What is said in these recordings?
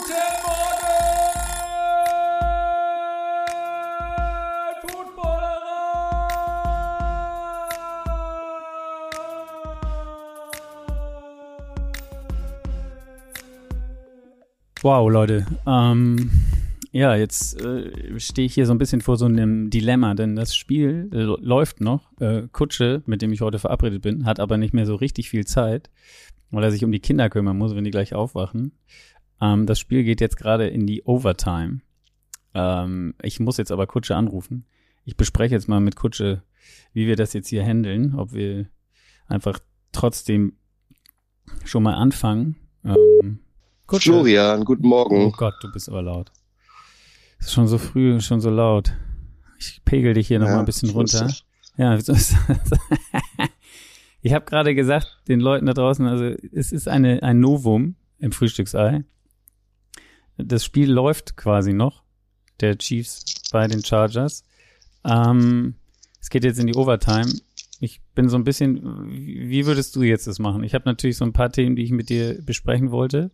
Wow, Leute. Ja, jetzt stehe ich hier so ein bisschen vor so einem Dilemma, denn das Spiel läuft noch. Kutsche, mit dem ich heute verabredet bin, hat aber nicht mehr so richtig viel Zeit, weil er sich um die Kinder kümmern muss, wenn die gleich aufwachen. Das Spiel geht jetzt gerade in die Overtime. Ich muss jetzt aber Kutsche anrufen. Ich bespreche jetzt mal mit Kutsche, wie wir das jetzt hier handeln, ob wir einfach trotzdem schon mal anfangen. Kutsche. Florian, guten Morgen. Oh Gott, du bist aber laut. Es ist schon so früh, schon so laut. Ich pegel dich hier noch mal ein bisschen runter. Ja, so ist das. Ich habe gerade gesagt den Leuten da draußen, also es ist ein Novum im Frühstücksei. Das Spiel läuft quasi noch, der Chiefs bei den Chargers. Es geht jetzt in die Overtime. Ich bin so ein bisschen, wie würdest du jetzt das machen? Ich habe natürlich so ein paar Themen, die ich mit dir besprechen wollte,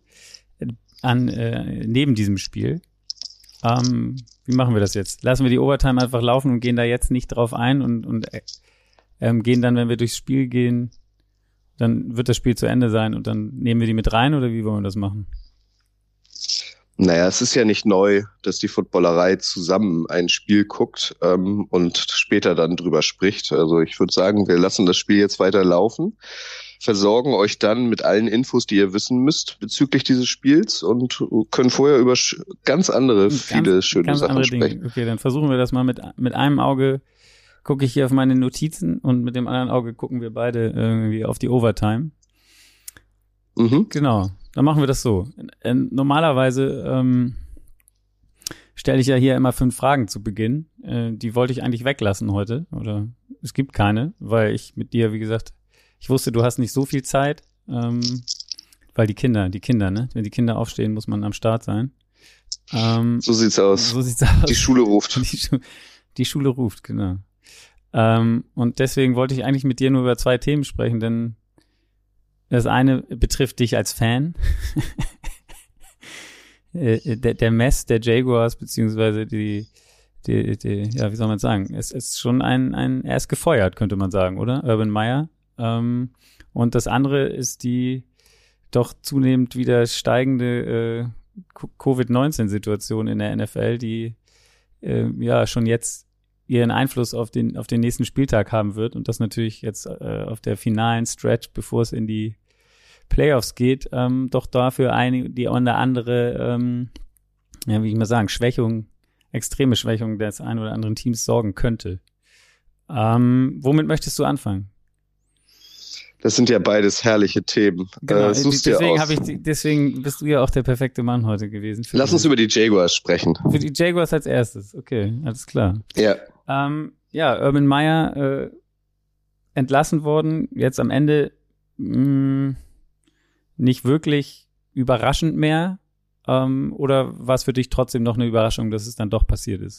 neben diesem Spiel. Wie machen wir das jetzt? Lassen wir die Overtime einfach laufen und gehen da jetzt nicht drauf ein und gehen dann, wenn wir durchs Spiel gehen, dann wird das Spiel zu Ende sein und dann nehmen wir die mit rein oder wie wollen wir das machen? Naja, es ist ja nicht neu, dass die Footballerei zusammen ein Spiel guckt und später dann drüber spricht. Also ich würde sagen, wir lassen das Spiel jetzt weiter laufen, versorgen euch dann mit allen Infos, die ihr wissen müsst bezüglich dieses Spiels und können vorher über ganz andere, viele schöne Sachen sprechen. Okay, dann versuchen wir das mal mit einem Auge, gucke ich hier auf meine Notizen und mit dem anderen Auge gucken wir beide irgendwie auf die Overtime. Mhm. Genau. Dann machen wir das so. Normalerweise stelle ich ja hier immer 5 Fragen zu Beginn. Die wollte ich eigentlich weglassen heute. Oder es gibt keine, weil ich mit dir, wie gesagt, ich wusste, du hast nicht so viel Zeit, weil die Kinder, ne? Wenn die Kinder aufstehen, muss man am Start sein. So sieht's aus. Die Schule ruft. Die Schule ruft, genau. Und deswegen wollte ich eigentlich mit dir nur über 2 Themen sprechen, denn das eine betrifft dich als Fan. Der Mess der Jaguars, beziehungsweise die, ja, wie soll man sagen? Es ist schon er ist gefeuert, könnte man sagen, oder? Urban Meyer. Und das andere ist die doch zunehmend wieder steigende Covid-19-Situation in der NFL, die ja schon jetzt ihren Einfluss auf den nächsten Spieltag haben wird und das natürlich jetzt auf der finalen Stretch, bevor es in die Playoffs geht, doch dafür die eine andere, ja, wie ich mal sagen, extreme Schwächung des einen oder anderen Teams sorgen könnte. Womit möchtest du anfangen? Das sind ja beides herrliche Themen. Genau, deswegen bist du ja auch der perfekte Mann heute gewesen. Lass uns über die Jaguars sprechen. Für die Jaguars als erstes, okay, alles klar. Ja. Ja, Urban Meyer entlassen worden, jetzt am Ende nicht wirklich überraschend mehr, oder war es für dich trotzdem noch eine Überraschung, dass es dann doch passiert ist?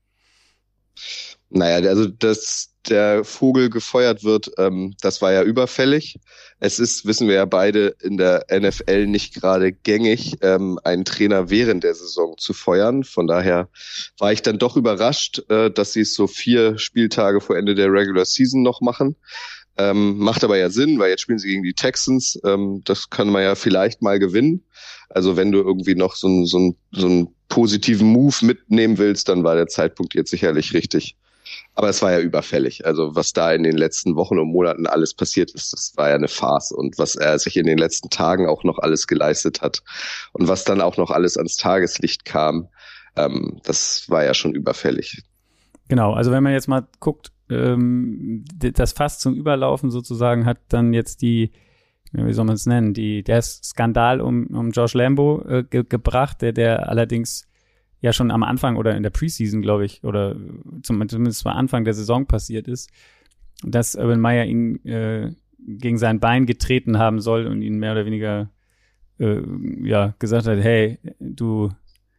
Naja, also dass der Vogel gefeuert wird, das war ja überfällig. Es ist, wissen wir ja beide, in der NFL nicht gerade gängig, einen Trainer während der Saison zu feuern. Von daher war ich dann doch überrascht, dass sie es so 4 Spieltage vor Ende der Regular Season noch machen. Macht aber ja Sinn, weil jetzt spielen sie gegen die Texans. Das kann man ja vielleicht mal gewinnen. Also wenn du irgendwie noch so einen positiven Move mitnehmen willst, dann war der Zeitpunkt jetzt sicherlich richtig. Aber es war ja überfällig. Also was da in den letzten Wochen und Monaten alles passiert ist, das war ja eine Farce. Und was er sich in den letzten Tagen auch noch alles geleistet hat und was dann auch noch alles ans Tageslicht kam, das war ja schon überfällig. Genau, also wenn man jetzt mal guckt, das Fass zum Überlaufen sozusagen hat dann jetzt wie soll man es nennen, der Skandal um Josh Lambo gebracht, der allerdings ja schon am Anfang oder in der Preseason, glaube ich, oder zumindest am Anfang der Saison passiert ist, dass Urban Meyer ihn gegen sein Bein getreten haben soll und ihn mehr oder weniger ja gesagt hat, hey, du,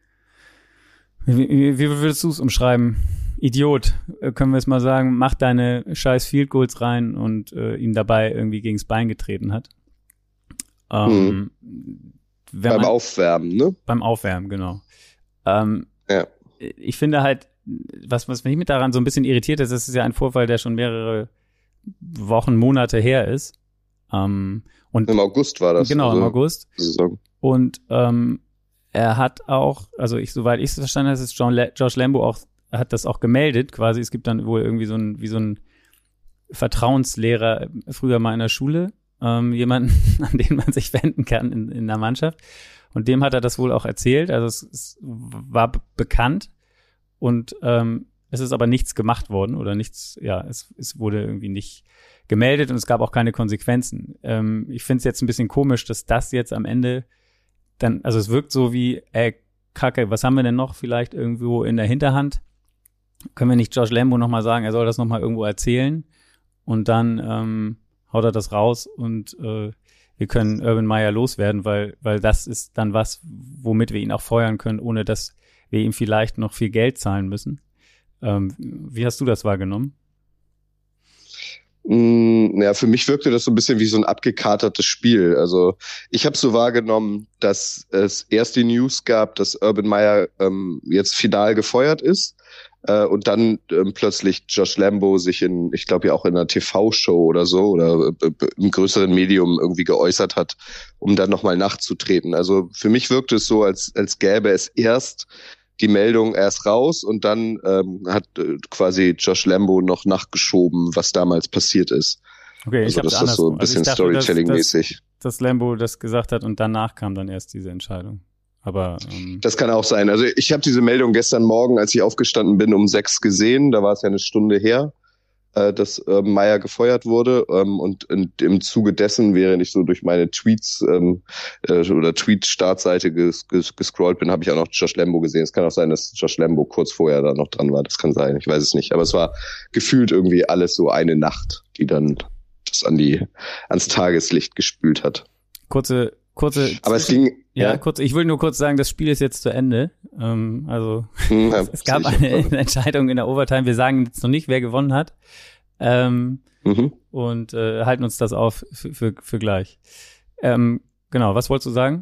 wie würdest du es umschreiben? Idiot, können wir es mal sagen, mach deine scheiß Field Goals rein und ihn dabei irgendwie gegens Bein getreten hat. beim Aufwärmen, ne? Beim Aufwärmen, genau. Ja. Ich finde halt, was mich mit daran so ein bisschen irritiert ist, das ist ja ein Vorfall, der schon mehrere Wochen, Monate her ist. Und im August war das. Genau, im August. Saison. Und er hat auch, also soweit ich es verstanden habe, ist Josh Lambo auch, hat das auch gemeldet quasi. Es gibt dann wohl irgendwie so ein Vertrauenslehrer früher mal in der Schule, jemanden, an den man sich wenden kann in der Mannschaft. Und dem hat er das wohl auch erzählt. Also es war bekannt und es ist aber nichts gemacht worden oder nichts, ja, es wurde irgendwie nicht gemeldet und es gab auch keine Konsequenzen. Ich finde es jetzt ein bisschen komisch, dass das jetzt am Ende dann, also es wirkt so wie, Kacke, was haben wir denn noch vielleicht irgendwo in der Hinterhand? Können wir nicht Josh Lambo nochmal sagen, er soll das nochmal irgendwo erzählen? Und dann haut er das raus und wir können Urban Meyer loswerden, weil das ist dann was, womit wir ihn auch feuern können, ohne dass wir ihm vielleicht noch viel Geld zahlen müssen. Wie hast du das wahrgenommen? Ja, für mich wirkte das so ein bisschen wie so ein abgekatertes Spiel. Also ich habe so wahrgenommen, dass es erst die News gab, dass Urban Meyer jetzt final gefeuert ist und dann plötzlich Josh Lambo sich ich glaube ja auch in einer TV-Show oder so oder im größeren Medium irgendwie geäußert hat, um dann nochmal nachzutreten. Also für mich wirkte es so, als gäbe es erst die Meldung erst raus und dann hat quasi Josh Lambo noch nachgeschoben, was damals passiert ist. Okay, also das ist so ein bisschen Storytelling-mäßig. Dass Lambo das gesagt hat und danach kam dann erst diese Entscheidung. Aber das kann auch sein. Also ich habe diese Meldung gestern Morgen, als ich aufgestanden bin, um 6 gesehen. Da war es ja eine Stunde her, dass Meyer gefeuert wurde. Und im Zuge dessen, während ich so durch meine Tweets oder Tweet-Startseite gescrollt bin, habe ich auch noch Josh Lambo gesehen. Es kann auch sein, dass Josh Lambo kurz vorher da noch dran war. Das kann sein, ich weiß es nicht. Aber es war gefühlt irgendwie alles so eine Nacht, die dann das ans Tageslicht gespült hat. Kurze. Aber es ging. Ja, kurz. Ich will nur kurz sagen, das Spiel ist jetzt zu Ende. Es gab eine Entscheidung in der Overtime. Wir sagen jetzt noch nicht, wer gewonnen hat. Und halten uns das auf für gleich. Genau, was wolltest du sagen?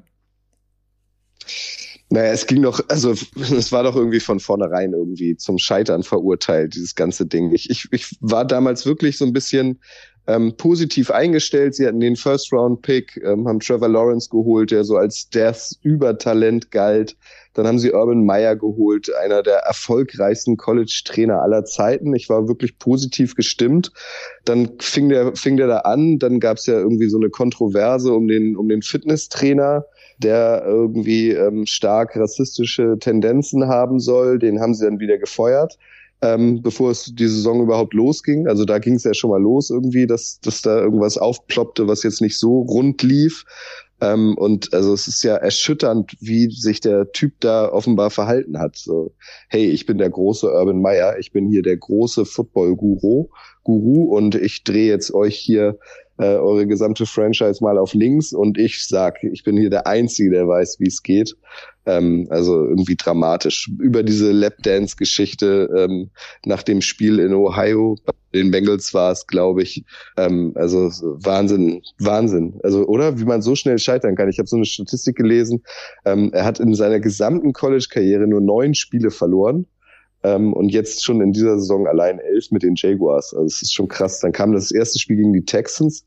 Naja, es war doch irgendwie von vornherein irgendwie zum Scheitern verurteilt, dieses ganze Ding. Ich war damals wirklich so ein bisschen positiv eingestellt. Sie hatten den First-Round-Pick, haben Trevor Lawrence geholt, der so als das Übertalent galt. Dann haben sie Urban Meyer geholt, einer der erfolgreichsten College-Trainer aller Zeiten. Ich war wirklich positiv gestimmt. Dann fing der da an. Dann gab es ja irgendwie so eine Kontroverse um den Fitnesstrainer, der irgendwie stark rassistische Tendenzen haben soll. Den haben sie dann wieder gefeuert, bevor es die Saison überhaupt losging. Also da ging es ja schon mal los irgendwie, dass da irgendwas aufploppte, was jetzt nicht so rund lief. Und also es ist ja erschütternd, wie sich der Typ da offenbar verhalten hat. So, hey, ich bin der große Urban Meyer, ich bin hier der große Football-Guru und ich drehe jetzt euch hier eure gesamte Franchise mal auf links und ich bin hier der Einzige, der weiß, wie es geht. Also irgendwie dramatisch. Über diese Lapdance-Geschichte nach dem Spiel in Ohio, bei den Bengals war es, glaube ich, also Wahnsinn. Also, oder? Wie man so schnell scheitern kann. Ich habe so eine Statistik gelesen. Er hat in seiner gesamten College-Karriere nur 9 Spiele verloren. Und jetzt schon in dieser Saison allein 11 mit den Jaguars. Also es ist schon krass. Dann kam das erste Spiel gegen die Texans.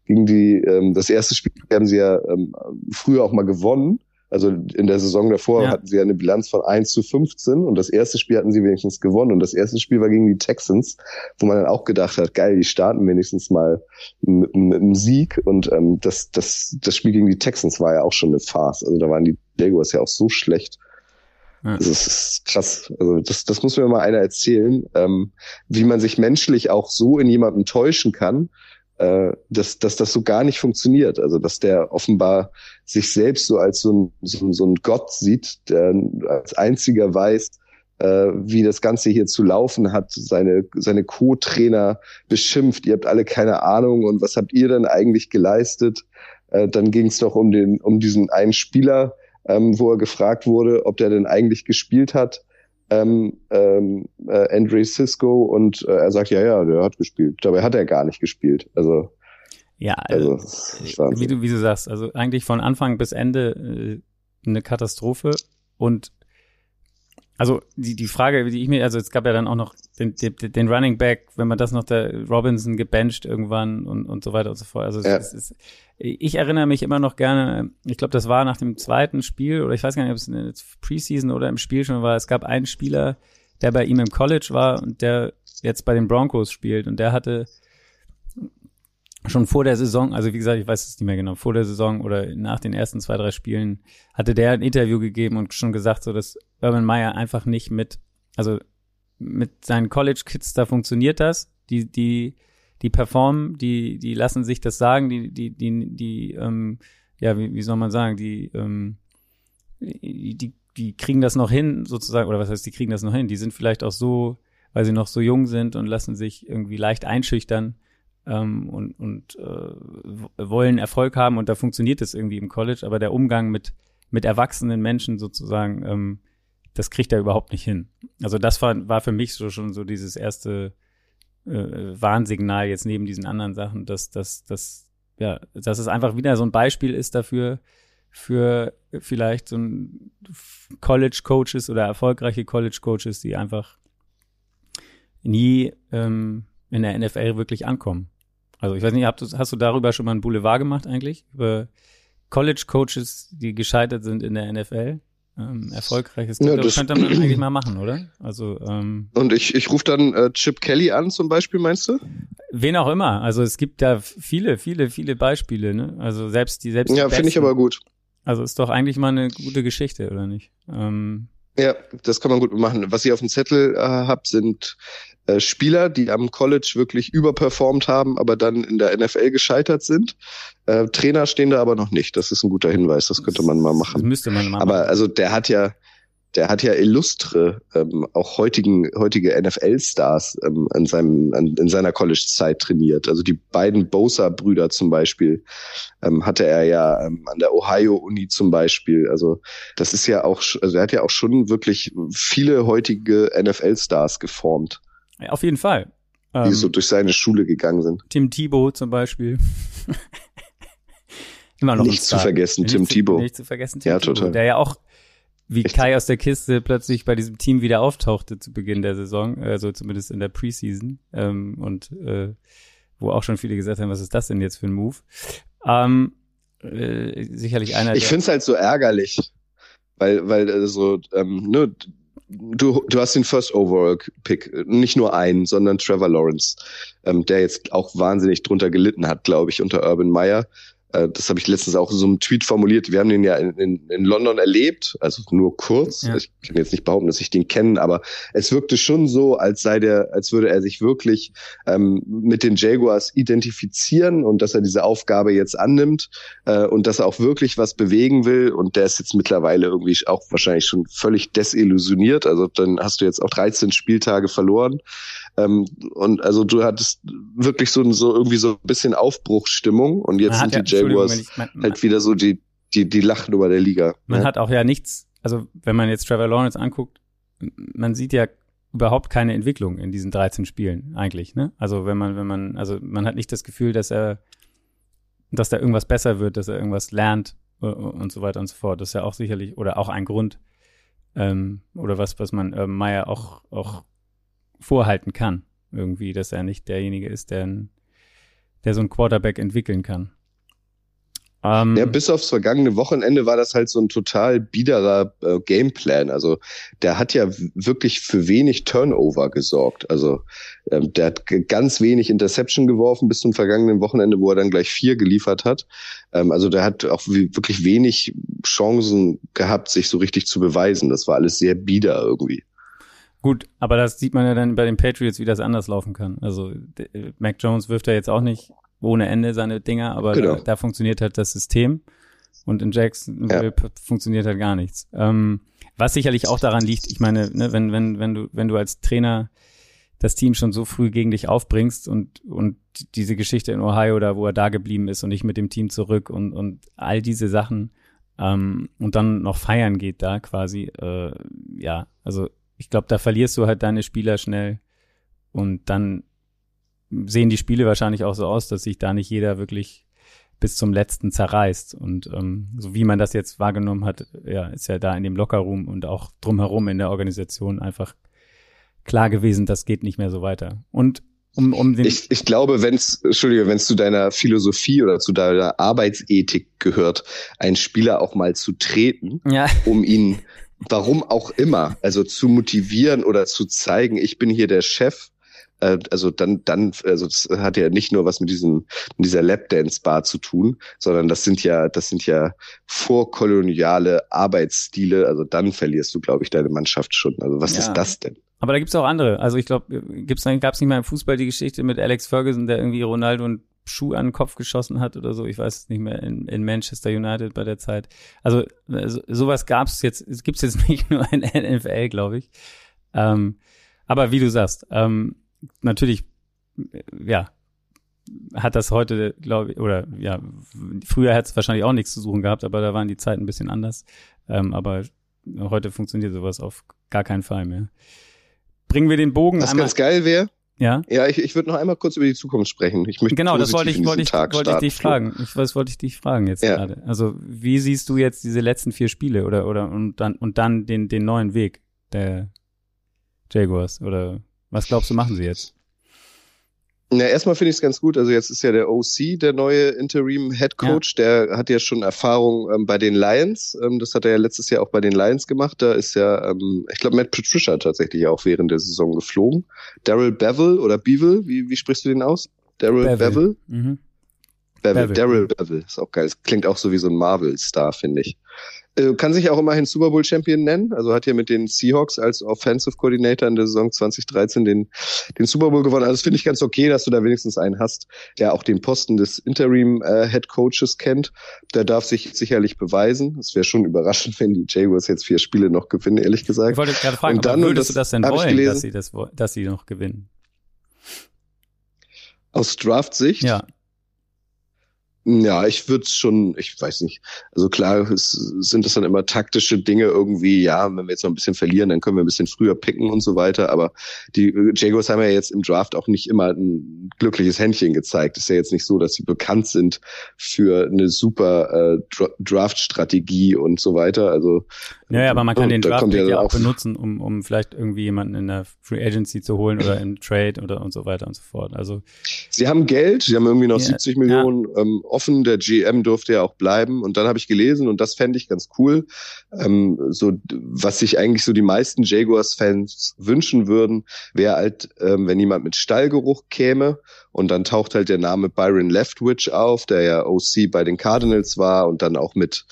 Das erste Spiel haben sie ja früher auch mal gewonnen. Also in der Saison davor hatten sie ja eine Bilanz von 1-15 und das erste Spiel hatten sie wenigstens gewonnen. Und das erste Spiel war gegen die Texans, wo man dann auch gedacht hat, geil, die starten wenigstens mal mit einem Sieg. Und das Spiel gegen die Texans war ja auch schon eine Farce. Also da waren die Jaguars ja auch so schlecht. Ja. Das ist krass. Also das muss mir mal einer erzählen, wie man sich menschlich auch so in jemandem täuschen kann, dass das so gar nicht funktioniert. Also dass der offenbar sich selbst so als so ein Gott sieht, der als einziger weiß, wie das Ganze hier zu laufen hat, seine Co-Trainer beschimpft, ihr habt alle keine Ahnung und was habt ihr denn eigentlich geleistet? Dann ging es doch um diesen einen Spieler, wo er gefragt wurde, ob der denn eigentlich gespielt hat, Andre Cisco, und er sagt, ja, der hat gespielt. Dabei hat er gar nicht gespielt. Also Ja, also wie du sagst, also eigentlich von Anfang bis Ende eine Katastrophe. Und also die Frage, die ich mir, also es gab ja dann auch noch den Running Back, wenn man das noch, der Robinson gebencht irgendwann und so weiter und so fort. Also ich erinnere mich immer noch gerne, ich glaube, das war nach dem zweiten Spiel, oder ich weiß gar nicht, ob es in der Preseason oder im Spiel schon war, es gab einen Spieler, der bei ihm im College war und der jetzt bei den Broncos spielt, und der hatte schon vor der Saison, also wie gesagt, ich weiß es nicht mehr genau, vor der Saison oder nach den ersten 2, 3 Spielen hatte der ein Interview gegeben und schon gesagt, so, dass Urban Meyer einfach nicht mit seinen College-Kids, da funktioniert das, die performen, die lassen sich das sagen, wie soll man sagen, die kriegen das noch hin, sozusagen, oder was heißt, die kriegen das noch hin, die sind vielleicht auch so, weil sie noch so jung sind und lassen sich irgendwie leicht einschüchtern, und wollen Erfolg haben, und da funktioniert es irgendwie im College, aber der Umgang mit erwachsenen Menschen sozusagen, das kriegt er überhaupt nicht hin. Also das war für mich so schon so dieses erste Warnsignal jetzt neben diesen anderen Sachen, dass es einfach wieder so ein Beispiel ist dafür, für vielleicht so ein College-Coaches oder erfolgreiche College-Coaches, die einfach nie in der NFL wirklich ankommen. Also ich weiß nicht, hast du darüber schon mal einen Boulevard gemacht eigentlich? Über College-Coaches, die gescheitert sind in der NFL? Erfolgreiches, das könnte man eigentlich mal machen, oder? Also und ich rufe dann Chip Kelly an zum Beispiel, meinst du? Wen auch immer. Also es gibt da viele Beispiele, ne? Also selbst die ja, finde ich aber gut. Also ist doch eigentlich mal eine gute Geschichte, oder nicht? Ja, das kann man gut machen. Was ich auf dem Zettel habe, sind Spieler, die am College wirklich überperformt haben, aber dann in der NFL gescheitert sind. Trainer stehen da aber noch nicht. Das ist ein guter Hinweis. Das könnte man mal machen. Das müsste man mal machen. Aber also der hat ja illustre, auch heutige NFL-Stars in seiner College-Zeit trainiert. Also die beiden Bosa-Brüder zum Beispiel hatte er ja an der Ohio-Uni zum Beispiel. Also das ist ja auch, also er hat ja auch schon wirklich viele heutige NFL-Stars geformt. Ja, auf jeden Fall. Die so durch seine Schule gegangen sind. Tim Tebow zum Beispiel. Immer noch nicht zu vergessen, Tim Tebow. Nicht zu vergessen, Tim ja, Tebow, total. der ja auch wie echt? Kai aus der Kiste plötzlich bei diesem Team wieder auftauchte zu Beginn der Saison, also zumindest in der Preseason, wo auch schon viele gesagt haben, was ist das denn jetzt für ein Move? Sicherlich einer. Ich finde es halt so ärgerlich, weil so du hast den First Overall Pick, nicht nur einen, sondern Trevor Lawrence, der jetzt auch wahnsinnig drunter gelitten hat, glaube ich, unter Urban Meyer. Das habe ich letztens auch in so einem Tweet formuliert. Wir haben den ja in London erlebt, also nur kurz. Ja. Ich kann jetzt nicht behaupten, dass ich den kenne, aber es wirkte schon so, als würde er sich wirklich mit den Jaguars identifizieren und dass er diese Aufgabe jetzt annimmt und dass er auch wirklich was bewegen will. Und der ist jetzt mittlerweile irgendwie auch wahrscheinlich schon völlig desillusioniert. Also dann hast du jetzt auch 13 Spieltage verloren. Und also du hattest wirklich so irgendwie so ein bisschen Aufbruchsstimmung und jetzt sind die Jaguars halt wieder so die Lachnummer der Liga. Man hat auch ja nichts, also wenn man jetzt Trevor Lawrence anguckt, man sieht ja überhaupt keine Entwicklung in diesen 13 Spielen eigentlich, ne? Also man hat nicht das Gefühl, dass da irgendwas besser wird, dass er irgendwas lernt und so weiter und so fort. Das ist ja auch sicherlich, oder auch ein Grund, oder was man Meyer auch vorhalten kann, irgendwie, dass er nicht derjenige ist, der so einen Quarterback entwickeln kann. Ja, bis aufs vergangene Wochenende war das halt so ein total biederer Gameplan. Also der hat ja wirklich für wenig Turnover gesorgt. Also der hat ganz wenig Interception geworfen bis zum vergangenen Wochenende, wo er dann gleich 4 geliefert hat. Also der hat auch wirklich wenig Chancen gehabt, sich so richtig zu beweisen. Das war alles sehr bieder irgendwie. Gut, aber das sieht man ja dann bei den Patriots, wie das anders laufen kann. Also Mac Jones wirft ja jetzt auch nicht ohne Ende seine Dinger, aber genau. Da funktioniert halt das System und in Jacksonville funktioniert halt gar nichts. Was sicherlich auch daran liegt, ich meine, ne, wenn du als Trainer das Team schon so früh gegen dich aufbringst und diese Geschichte in Ohio, da wo er da geblieben ist und nicht mit dem Team zurück und all diese Sachen und dann noch feiern geht da quasi, also ich glaube, da verlierst du halt deine Spieler schnell und dann sehen die Spiele wahrscheinlich auch so aus, dass sich da nicht jeder wirklich bis zum Letzten zerreißt. Und so wie man das jetzt wahrgenommen hat, ja, ist ja da in dem Lockerroom und auch drumherum in der Organisation einfach klar gewesen, das geht nicht mehr so weiter. Und um den ich glaube, wenn es zu deiner Philosophie oder zu deiner Arbeitsethik gehört, einen Spieler auch mal zu treten, um ihn, warum auch immer, also zu motivieren oder zu zeigen, ich bin hier der Chef. Also das hat ja nicht nur was mit dieser Lapdance-Bar zu tun, sondern das sind ja vorkoloniale Arbeitsstile. Also dann verlierst du, glaube ich, deine Mannschaft schon. Also was ist das denn? Aber da gibt's auch andere. Also ich glaube, gab's nicht mal im Fußball die Geschichte mit Alex Ferguson, der irgendwie Ronaldo einen Schuh an den Kopf geschossen hat oder so. Ich weiß es nicht mehr, in Manchester United bei der Zeit. Also sowas gibt's jetzt nicht nur in der NFL, glaube ich. Aber wie du sagst, natürlich, ja, hat das heute, glaube ich, oder ja, früher hat es wahrscheinlich auch nichts zu suchen gehabt, aber da waren die Zeiten ein bisschen anders. Aber heute funktioniert sowas auf gar keinen Fall mehr. Bringen wir den Bogen was einmal. Was ganz geil wäre. Ja. Ja, ich würde noch einmal kurz über die Zukunft sprechen. Ich möchte genau, das wollte ich dich fragen. Was wollte ich dich fragen jetzt gerade? Also, wie siehst du jetzt diese letzten 4 Spiele oder und dann den neuen Weg der Jaguars oder was glaubst du, machen sie jetzt? Na, erstmal finde ich es ganz gut. Also jetzt ist ja der OC, der neue Interim Head Coach, der hat ja schon Erfahrung bei den Lions. Das hat er ja letztes Jahr auch bei den Lions gemacht. Da ist ja, ich glaube, Matt Patricia tatsächlich auch während der Saison geflogen. Darrell Bevell oder Bevel, wie sprichst du den aus? Darrell Bevell? Mhm. Darrell Bevell, ist auch geil. Das klingt auch so wie so ein Marvel-Star, finde ich. Kann sich auch immerhin Super Bowl Champion nennen. Also hat ja mit den Seahawks als Offensive Coordinator in der Saison 2013 den Super Bowl gewonnen. Also das finde ich ganz okay, dass du da wenigstens einen hast, der auch den Posten des Interim Head Coaches kennt. Der darf sich sicherlich beweisen. Es wäre schon überraschend, wenn die Jaguars jetzt 4 Spiele noch gewinnen, ehrlich gesagt. Ich wollte gerade fragen, aber würdest du das denn wollen, dass sie noch gewinnen? Aus Draft-Sicht? Ja. Ja, ich würde schon, ich weiß nicht. Also klar, sind das dann immer taktische Dinge irgendwie, ja, wenn wir jetzt noch ein bisschen verlieren, dann können wir ein bisschen früher picken und so weiter. Aber die Jaguars haben ja jetzt im Draft auch nicht immer ein glückliches Händchen gezeigt. Es ist ja jetzt nicht so, dass sie bekannt sind für eine super Draft-Strategie und so weiter. Also ja, aber man kann den Draft ja auch benutzen, um vielleicht irgendwie jemanden in der Free Agency zu holen oder im Trade oder und so weiter und so fort. Also sie haben Geld, sie haben irgendwie noch 70 Millionen offen, der GM durfte ja auch bleiben und dann habe ich gelesen und das fände ich ganz cool, so was sich eigentlich so die meisten Jaguars-Fans wünschen würden, wäre halt, wenn jemand mit Stallgeruch käme und dann taucht halt der Name Byron Leftwich auf, der ja OC bei den Cardinals war und dann auch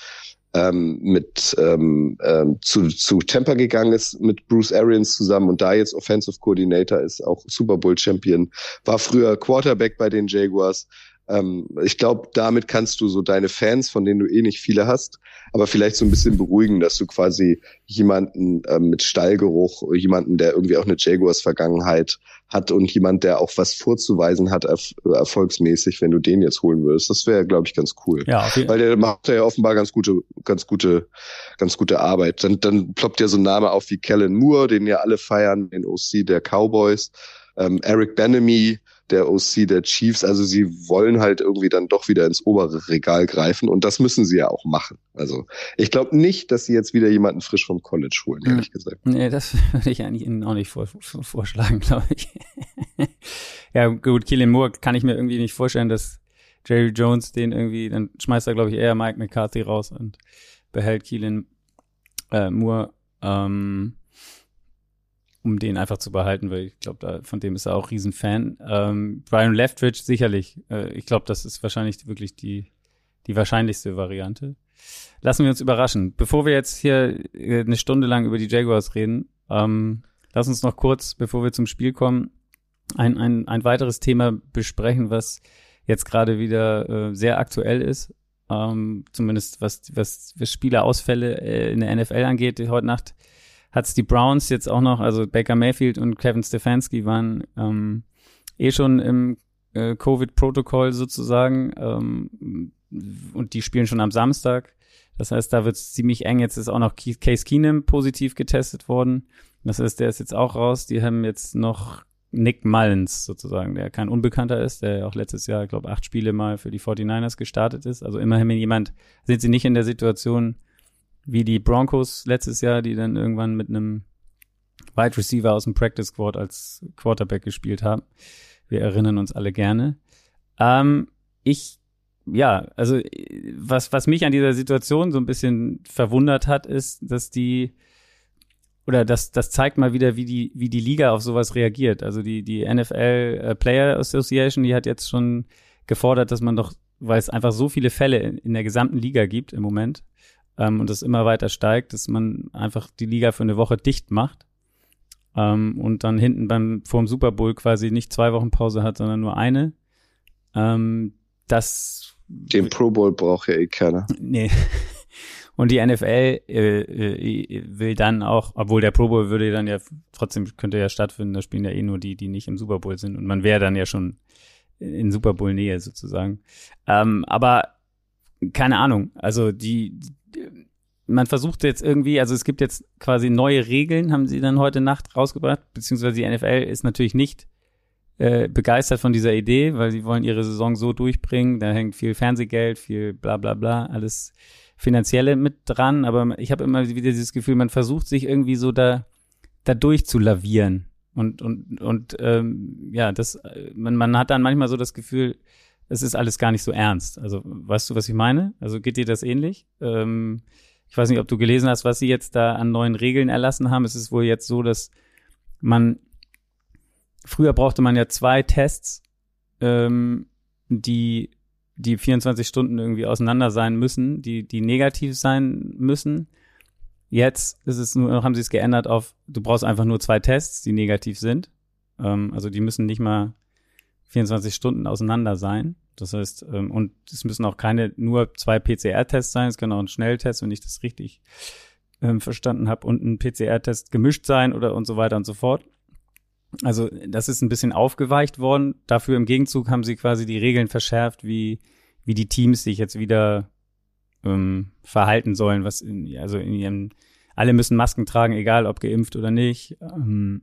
zu Tampa gegangen ist mit Bruce Arians zusammen und da jetzt Offensive Coordinator ist, auch Super Bowl Champion, war früher Quarterback bei den Jaguars. Ich glaube, damit kannst du so deine Fans, von denen du eh nicht viele hast, aber vielleicht so ein bisschen beruhigen, dass du quasi jemanden mit Stallgeruch, jemanden, der irgendwie auch eine Jaguars-Vergangenheit hat und jemand, der auch was vorzuweisen hat, erfolgsmäßig, wenn du den jetzt holen würdest. Das wäre, glaube ich, ganz cool. Ja, okay. Weil der macht ja offenbar ganz gute Arbeit. Dann ploppt ja so ein Name auf wie Kellen Moore, den ja alle feiern, den OC der Cowboys, Eric Bieniemy, der OC der Chiefs, also sie wollen halt irgendwie dann doch wieder ins obere Regal greifen und das müssen sie ja auch machen. Also ich glaube nicht, dass sie jetzt wieder jemanden frisch vom College holen, ehrlich gesagt. Nee, das würde ich eigentlich Ihnen auch nicht vorschlagen, glaube ich. Ja gut, Kellen Moore kann ich mir irgendwie nicht vorstellen, dass Jerry Jones den irgendwie, dann schmeißt er glaube ich eher Mike McCarthy raus und behält Kellen Moore, um den einfach zu behalten, weil ich glaube, von dem ist er auch Riesenfan. Byron Leftwich sicherlich. Ich glaube, das ist wahrscheinlich wirklich die wahrscheinlichste Variante. Lassen wir uns überraschen. Bevor wir jetzt hier eine Stunde lang über die Jaguars reden, lass uns noch kurz, bevor wir zum Spiel kommen, ein weiteres Thema besprechen, was jetzt gerade wieder sehr aktuell ist. Zumindest was Spielerausfälle in der NFL angeht. Heute Nacht hat's die Browns jetzt auch noch, also Baker Mayfield und Kevin Stefanski waren schon im Covid-Protokoll sozusagen und die spielen schon am Samstag. Das heißt, da wird's ziemlich eng. Jetzt ist auch noch Case Keenum positiv getestet worden. Das heißt, der ist jetzt auch raus. Die haben jetzt noch Nick Mullins sozusagen, der kein Unbekannter ist, der auch letztes Jahr, ich glaube, 8 Spiele mal für die 49ers gestartet ist. Also immerhin sind sie nicht in der Situation wie die Broncos letztes Jahr, die dann irgendwann mit einem Wide Receiver aus dem Practice Squad als Quarterback gespielt haben. Wir erinnern uns alle gerne. Also was mich an dieser Situation so ein bisschen verwundert hat, ist, dass das zeigt mal wieder, wie die Liga auf sowas reagiert. Also die NFL Player Association, die hat jetzt schon gefordert, dass man doch, weil es einfach so viele Fälle in der gesamten Liga gibt im Moment, und das immer weiter steigt, dass man einfach die Liga für eine Woche dicht macht, und dann hinten vor dem Super Bowl quasi nicht 2 Wochen Pause hat, sondern nur eine. Den Pro Bowl braucht ja eh keiner. Nee. Und die NFL will dann auch, obwohl der Pro Bowl würde dann ja trotzdem, könnte ja stattfinden, da spielen ja eh nur die nicht im Super Bowl sind. Und man wäre dann ja schon in Super Bowl Nähe sozusagen. Aber keine Ahnung, also man versucht jetzt irgendwie, also es gibt jetzt quasi neue Regeln, haben sie dann heute Nacht rausgebracht, beziehungsweise die NFL ist natürlich nicht begeistert von dieser Idee, weil sie wollen ihre Saison so durchbringen, da hängt viel Fernsehgeld, viel bla bla bla, alles Finanzielle mit dran, aber ich habe immer wieder dieses Gefühl, man versucht sich irgendwie so da durchzulavieren und man hat dann manchmal so das Gefühl, es ist alles gar nicht so ernst. Also weißt du, was ich meine? Also geht dir das ähnlich? Ich weiß nicht, ob du gelesen hast, was sie jetzt da an neuen Regeln erlassen haben. Es ist wohl jetzt so, dass früher brauchte man ja 2 Tests, die 24 Stunden irgendwie auseinander sein müssen, die negativ sein müssen. Jetzt haben sie es geändert auf, du brauchst einfach nur 2 Tests, die negativ sind. Also die müssen nicht mal 24 Stunden auseinander sein. Das heißt, und es müssen auch nur 2 PCR-Tests sein, es kann auch ein Schnelltest, wenn ich das richtig verstanden habe, und ein PCR-Test gemischt sein und so weiter und so fort. Also das ist ein bisschen aufgeweicht worden. Dafür im Gegenzug haben sie quasi die Regeln verschärft, wie die Teams sich jetzt wieder verhalten sollen, alle müssen Masken tragen, egal ob geimpft oder nicht, in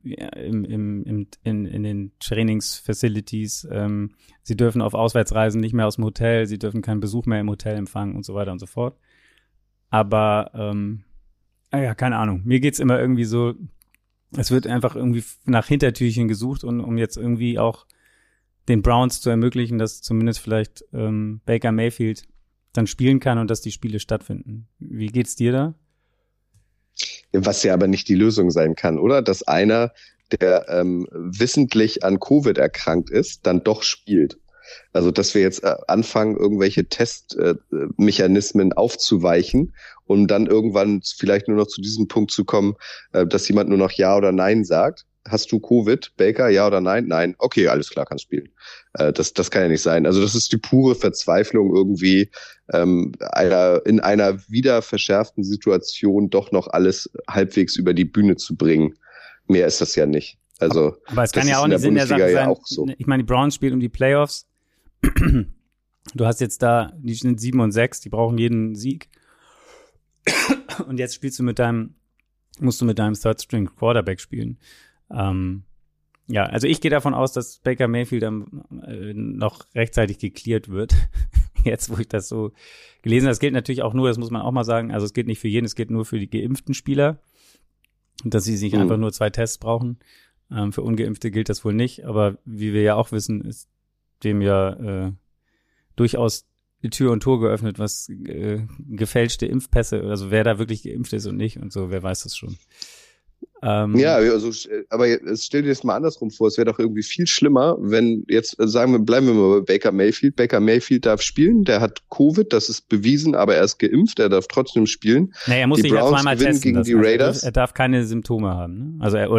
den Trainingsfacilities. Sie dürfen auf Auswärtsreisen nicht mehr aus dem Hotel, sie dürfen keinen Besuch mehr im Hotel empfangen und so weiter und so fort. Aber, keine Ahnung. Mir geht's immer irgendwie so, es wird einfach irgendwie nach Hintertürchen gesucht, um jetzt irgendwie auch den Browns zu ermöglichen, dass zumindest vielleicht Baker Mayfield dann spielen kann und dass die Spiele stattfinden. Wie geht's dir da? Was ja aber nicht die Lösung sein kann, oder? Dass einer, der wissentlich an Covid erkrankt ist, dann doch spielt. Also dass wir jetzt anfangen, irgendwelche Testmechanismen aufzuweichen, um dann irgendwann vielleicht nur noch zu diesem Punkt zu kommen, dass jemand nur noch Ja oder Nein sagt. Hast du Covid, Baker, ja oder nein? Nein. Okay, alles klar, kannst spielen. Das kann ja nicht sein. Also das ist die pure Verzweiflung irgendwie, in einer wieder verschärften Situation doch noch alles halbwegs über die Bühne zu bringen. Mehr ist das ja nicht. Also aber es kann ja auch nicht Sinn der Sache sein. Ja so. Ich meine, die Browns spielen um die Playoffs. Du hast jetzt die sind 7-6, die brauchen jeden Sieg. Und jetzt musst du mit deinem Third String Quarterback spielen. Also ich gehe davon aus, dass Baker Mayfield noch rechtzeitig gecleared wird. Jetzt, wo ich das so gelesen habe. Das gilt natürlich auch nur, das muss man auch mal sagen, also es gilt nicht für jeden, es gilt nur für die geimpften Spieler. Und dass sie sich einfach nur 2 Tests brauchen. Für Ungeimpfte gilt das wohl nicht. Aber wie wir ja auch wissen, ist dem ja durchaus die Tür und Tor geöffnet, was gefälschte Impfpässe, also wer da wirklich geimpft ist und nicht und so, wer weiß das schon. Ja, also, aber stell dir das mal andersrum vor. Es wäre doch irgendwie viel schlimmer, wenn jetzt bleiben wir mal bei Baker Mayfield. Baker Mayfield darf spielen, der hat Covid, das ist bewiesen, aber er ist geimpft, er darf trotzdem spielen. Naja, er muss sich ja zweimal testen gegen die Raiders. Er darf keine Symptome haben, ne? Also er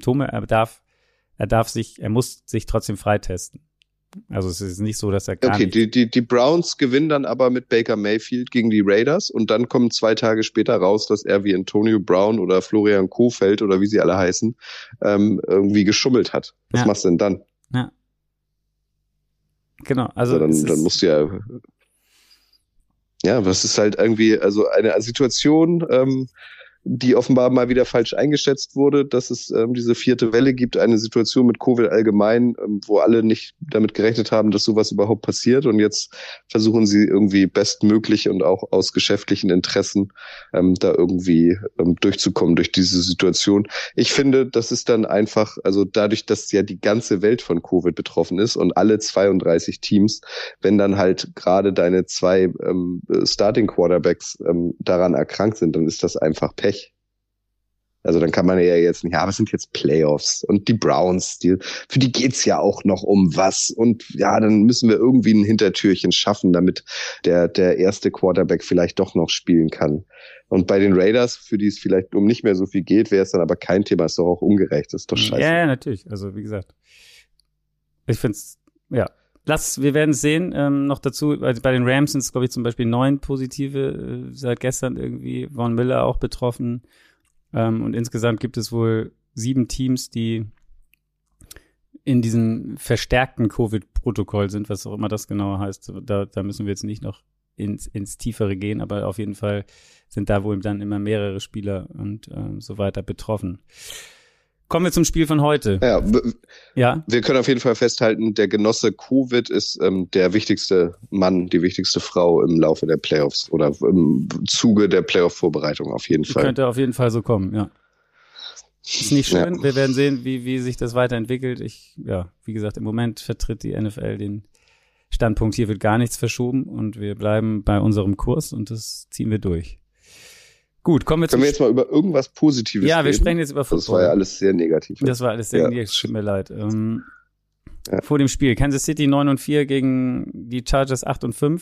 muss sich trotzdem freitesten. Also es ist nicht so, dass er gar nicht... Okay, die Browns gewinnen dann aber mit Baker Mayfield gegen die Raiders und dann kommen 2 Tage später raus, dass er wie Antonio Brown oder Florian Kohfeldt oder wie sie alle heißen, irgendwie geschummelt hat. Was machst du denn dann? Ja. Genau, also dann musst du ja, das ist halt irgendwie, also eine Situation, die offenbar mal wieder falsch eingeschätzt wurde, dass es diese 4. Welle gibt, eine Situation mit Covid allgemein, wo alle nicht damit gerechnet haben, dass sowas überhaupt passiert. Und jetzt versuchen sie irgendwie bestmöglich und auch aus geschäftlichen Interessen da irgendwie durchzukommen durch diese Situation. Ich finde, das ist dann einfach, also dadurch, dass ja die ganze Welt von Covid betroffen ist und alle 32 Teams, wenn dann halt gerade deine 2 Starting Quarterbacks daran erkrankt sind, dann ist das einfach Pech. Also dann kann man ja jetzt nicht, aber es sind jetzt Playoffs und die Browns, für die geht's ja auch noch um was und ja, dann müssen wir irgendwie ein Hintertürchen schaffen, damit der erste Quarterback vielleicht doch noch spielen kann. Und bei den Raiders, für die es vielleicht um nicht mehr so viel geht, wäre es dann aber kein Thema, ist doch auch ungerecht, das ist doch scheiße. Ja, natürlich, also wie gesagt, ich find's, ja. Wir werden es sehen. Noch dazu, also bei den Rams sind es, glaube ich, zum Beispiel 9 Positive. Seit gestern irgendwie Von Miller auch betroffen. Und insgesamt gibt es wohl 7 Teams, die in diesem verstärkten Covid-Protokoll sind, was auch immer das genau heißt. Da müssen wir jetzt nicht noch ins Tiefere gehen, aber auf jeden Fall sind da wohl dann immer mehrere Spieler und so weiter betroffen. Kommen wir zum Spiel von heute. Ja, wir können auf jeden Fall festhalten, der Genosse Covid ist der wichtigste Mann, die wichtigste Frau im Laufe der Playoffs oder im Zuge der Playoff-Vorbereitung auf jeden Fall. Könnte auf jeden Fall so kommen, ja. Ist nicht schön. Ja. Wir werden sehen, wie sich das weiterentwickelt. Wie gesagt, im Moment vertritt die NFL den Standpunkt, hier wird gar nichts verschoben und wir bleiben bei unserem Kurs und das ziehen wir durch. Gut, können wir jetzt mal über irgendwas Positives reden? Ja, wir sprechen jetzt über Football. Das war ja alles sehr negativ. Das war alles sehr negativ, tut mir leid. Vor dem Spiel, Kansas City 9-4 gegen die Chargers 8-5.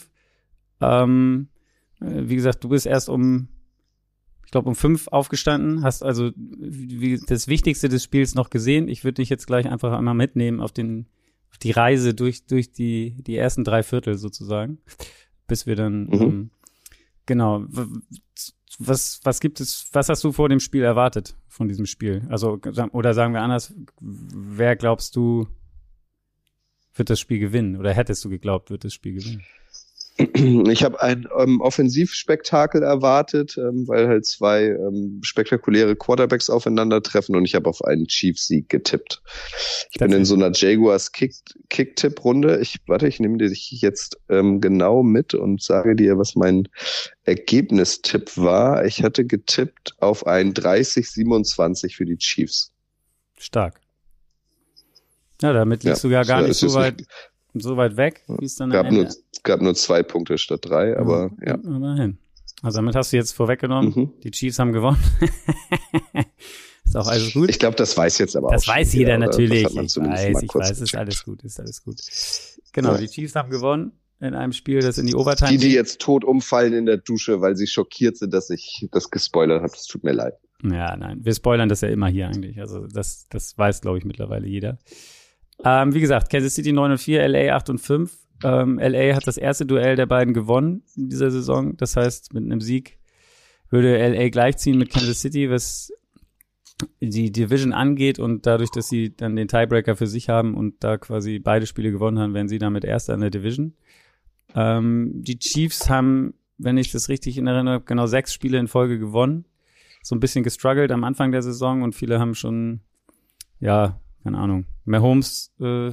Wie gesagt, du bist erst um 5 aufgestanden, hast also das Wichtigste des Spiels noch gesehen. Ich würde dich jetzt gleich einfach einmal mitnehmen auf die Reise durch die ersten 3 Viertel sozusagen, bis wir dann, genau, was hast du vor dem Spiel erwartet von diesem Spiel? Also, oder sagen wir anders, wer glaubst du, wird das Spiel gewinnen? Oder hättest du geglaubt, wird das Spiel gewinnen? Ich habe ein Offensivspektakel erwartet, weil halt 2 spektakuläre Quarterbacks aufeinandertreffen und ich habe auf einen Chiefs-Sieg getippt. Ich bin in so einer Jaguars Kick-Tipp-Runde. Ich nehme dich jetzt genau mit und sage dir, was mein Ergebnistipp war. Ich hatte getippt auf ein 30-27 für die Chiefs. Stark. Ja, damit liegst du ja gar nicht so weit weg, wie es dann gab nur 2 Punkte statt 3, aber ja. Immerhin. Also damit hast du jetzt vorweggenommen, die Chiefs haben gewonnen. Ist auch alles gut. Ich glaube, das weiß jetzt aber auch. Das weiß jeder natürlich. Ich weiß, ist alles gut. Genau, die Chiefs haben gewonnen in einem Spiel, das in die Overtime die jetzt tot umfallen in der Dusche, weil sie schockiert sind, dass ich das gespoilert habe. Das tut mir leid. Ja, nein, wir spoilern das ja immer hier eigentlich. Also das weiß, glaube ich, mittlerweile jeder. Wie gesagt, Kansas City 9-4, LA 8-5. LA hat das erste Duell der beiden gewonnen in dieser Saison. Das heißt, mit einem Sieg würde LA gleichziehen mit Kansas City, was die Division angeht. Und dadurch, dass sie dann den Tiebreaker für sich haben und da quasi beide Spiele gewonnen haben, werden sie damit Erster in der Division. Die Chiefs haben, wenn ich das richtig in Erinnerung habe, genau 6 Spiele in Folge gewonnen. So ein bisschen gestruggelt am Anfang der Saison und viele haben schon, keine Ahnung, Mahomes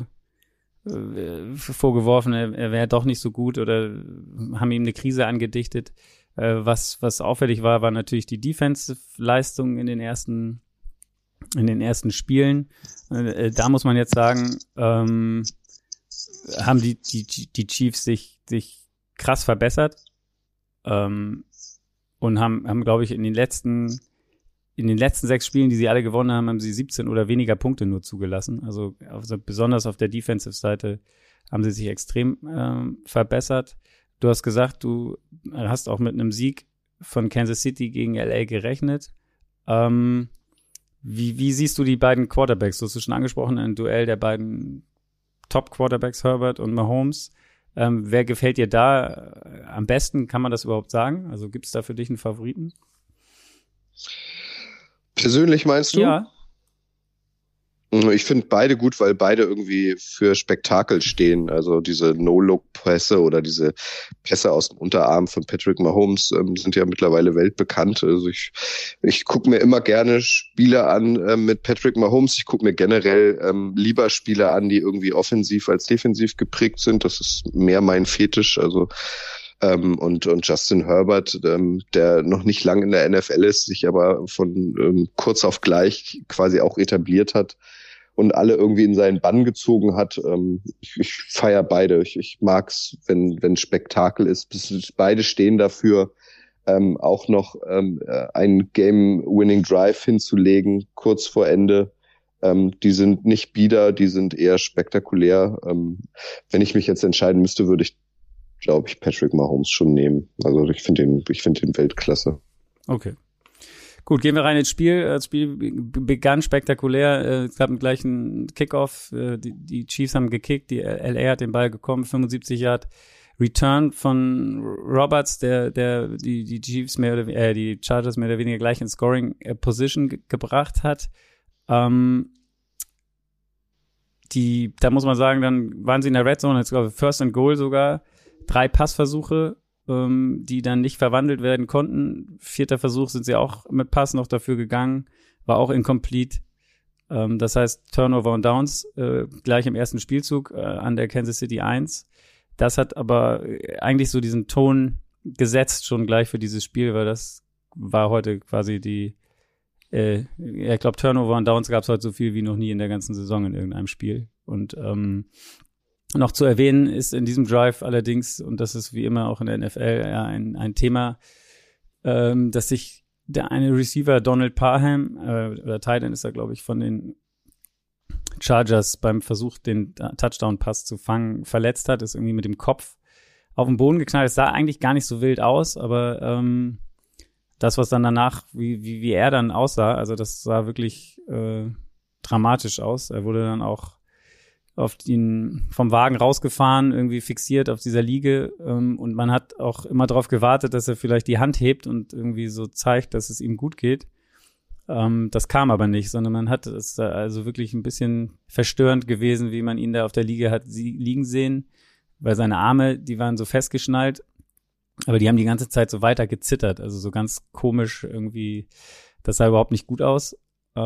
vorgeworfen, er wäre doch nicht so gut oder haben ihm eine Krise angedichtet. Was auffällig war natürlich die Defensive-Leistung in den ersten Spielen. Da muss man jetzt sagen, haben die Chiefs sich krass verbessert und haben, glaube ich, in den letzten 6 Spielen, die sie alle gewonnen haben, haben sie 17 oder weniger Punkte nur zugelassen. Also besonders auf der Defensive-Seite haben sie sich extrem verbessert. Du hast gesagt, du hast auch mit einem Sieg von Kansas City gegen LA gerechnet. Wie siehst du die beiden Quarterbacks? Du hast schon angesprochen, ein Duell der beiden Top-Quarterbacks, Herbert und Mahomes. Wer gefällt dir da am besten? Kann man das überhaupt sagen? Also gibt es da für dich einen Favoriten? Persönlich meinst du? Ja. Ich finde beide gut, weil beide irgendwie für Spektakel stehen. Also diese No-Look-Pässe oder diese Pässe aus dem Unterarm von Patrick Mahomes sind ja mittlerweile weltbekannt. Also ich gucke mir immer gerne Spiele an mit Patrick Mahomes. Ich gucke mir generell lieber Spiele an, die irgendwie offensiv als defensiv geprägt sind. Das ist mehr mein Fetisch. Also und Justin Herbert, der noch nicht lang in der NFL ist, sich aber von kurz auf gleich quasi auch etabliert hat und alle irgendwie in seinen Bann gezogen hat. Ich feiere beide. Ich mag's, wenn Spektakel ist. Beide stehen dafür, auch noch einen Game-Winning Drive hinzulegen, kurz vor Ende. Die sind nicht bieder, die sind eher spektakulär. Wenn ich mich jetzt entscheiden müsste, würde ich, glaube ich, Patrick Mahomes schon nehmen. Also ich finde den Weltklasse. Okay. Gut, gehen wir rein ins Spiel. Das Spiel begann spektakulär. Es gab einen gleichen Kickoff. Die Chiefs haben gekickt. Die LA hat den Ball bekommen. 75 Yard Return von Roberts, der die Chiefs die Chargers mehr oder weniger gleich in Scoring Position gebracht hat. Da muss man sagen, dann waren sie in der Red Zone, jetzt glaube ich First and Goal sogar. 3 Passversuche, die dann nicht verwandelt werden konnten. 4. Versuch sind sie auch mit Pass noch dafür gegangen, war auch incomplete. Das heißt Turnover und Downs gleich im ersten Spielzug an der Kansas City 1. Das hat aber eigentlich so diesen Ton gesetzt schon gleich für dieses Spiel, weil das war heute quasi ich glaube Turnover und Downs gab es heute so viel wie noch nie in der ganzen Saison in irgendeinem Spiel. Und noch zu erwähnen ist in diesem Drive allerdings, und das ist wie immer auch in der NFL ja ein Thema, dass sich der eine Receiver Donald Parham, oder Tight End ist er, glaube ich, von den Chargers beim Versuch, den Touchdown-Pass zu fangen, verletzt hat, ist irgendwie mit dem Kopf auf den Boden geknallt. Es sah eigentlich gar nicht so wild aus, aber das, was dann danach, wie er dann aussah, also das sah wirklich dramatisch aus. Er wurde dann auch vom Wagen rausgefahren, irgendwie fixiert auf dieser Liege, und man hat auch immer darauf gewartet, dass er vielleicht die Hand hebt und irgendwie so zeigt, dass es ihm gut geht. Das kam aber nicht, sondern man hat es also wirklich ein bisschen verstörend gewesen, wie man ihn da auf der Liege hat liegen sehen, weil seine Arme, die waren so festgeschnallt, aber die haben die ganze Zeit so weiter gezittert, also so ganz komisch irgendwie, das sah überhaupt nicht gut aus.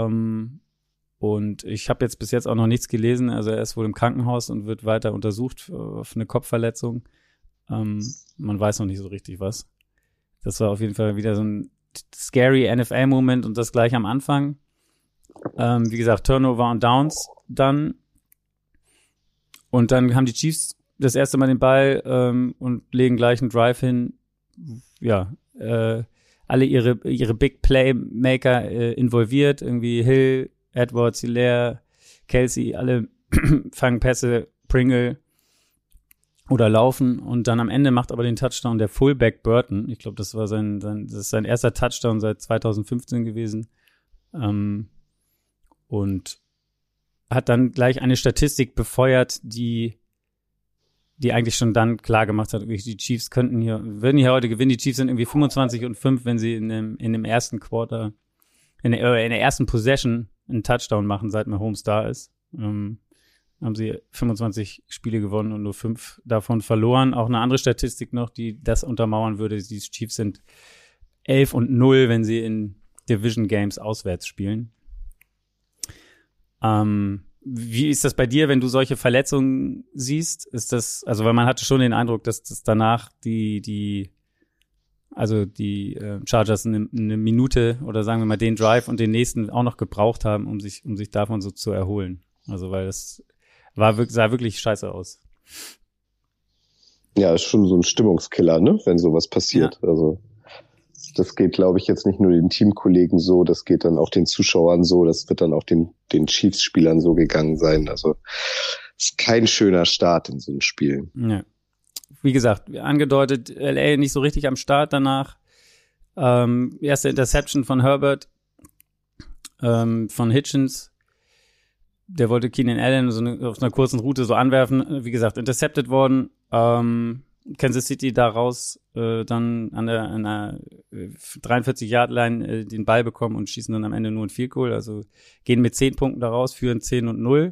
Und ich habe bis jetzt auch noch nichts gelesen. Also er ist wohl im Krankenhaus und wird weiter untersucht auf eine Kopfverletzung. Man weiß noch nicht so richtig was. Das war auf jeden Fall wieder so ein scary NFL-Moment und das gleich am Anfang. Wie gesagt, Turnover und Downs dann. Und dann haben die Chiefs das erste Mal den Ball und legen gleich einen Drive hin. Ja, alle ihre Big Playmaker involviert. Irgendwie Hill, Edwards, Hilaire, Kelsey, alle fangen Pässe, Pringle oder laufen, und dann am Ende macht aber den Touchdown der Fullback Burton. Ich glaube, das war das ist sein erster Touchdown seit 2015 gewesen. Und hat dann gleich eine Statistik befeuert, die eigentlich schon dann klar gemacht hat, die Chiefs würden hier heute gewinnen. Die Chiefs sind irgendwie 25-5, wenn sie in dem ersten Quarter, in der ersten Possession einen Touchdown machen, seit Mahomes da ist. Haben sie 25 Spiele gewonnen und nur 5 davon verloren. Auch eine andere Statistik noch, die das untermauern würde. Die Chiefs sind 11-0, wenn sie in Division Games auswärts spielen. Wie ist das bei dir, wenn du solche Verletzungen siehst? Ist das, also weil man hatte schon den Eindruck, dass das danach die Chargers eine Minute oder sagen wir mal den Drive und den nächsten auch noch gebraucht haben, um sich davon so zu erholen. Also weil das sah wirklich scheiße aus. Ja, ist schon so ein Stimmungskiller, ne, wenn sowas passiert. Ja. Also das geht, glaube ich, jetzt nicht nur den Teamkollegen so, das geht dann auch den Zuschauern so, das wird dann auch den Chiefs-Spielern so gegangen sein. Also ist kein schöner Start in so einem Spiel. Ja. Wie gesagt, angedeutet, LA nicht so richtig am Start danach. Erste Interception von Herbert, von Hitchens. Der wollte Keenan Allen auf einer kurzen Route so anwerfen. Wie gesagt, intercepted worden. Kansas City daraus dann an der 43-Yard-Line den Ball bekommen und schießen dann am Ende nur ein Field Goal. Also gehen mit 10 Punkten daraus, führen 10-0.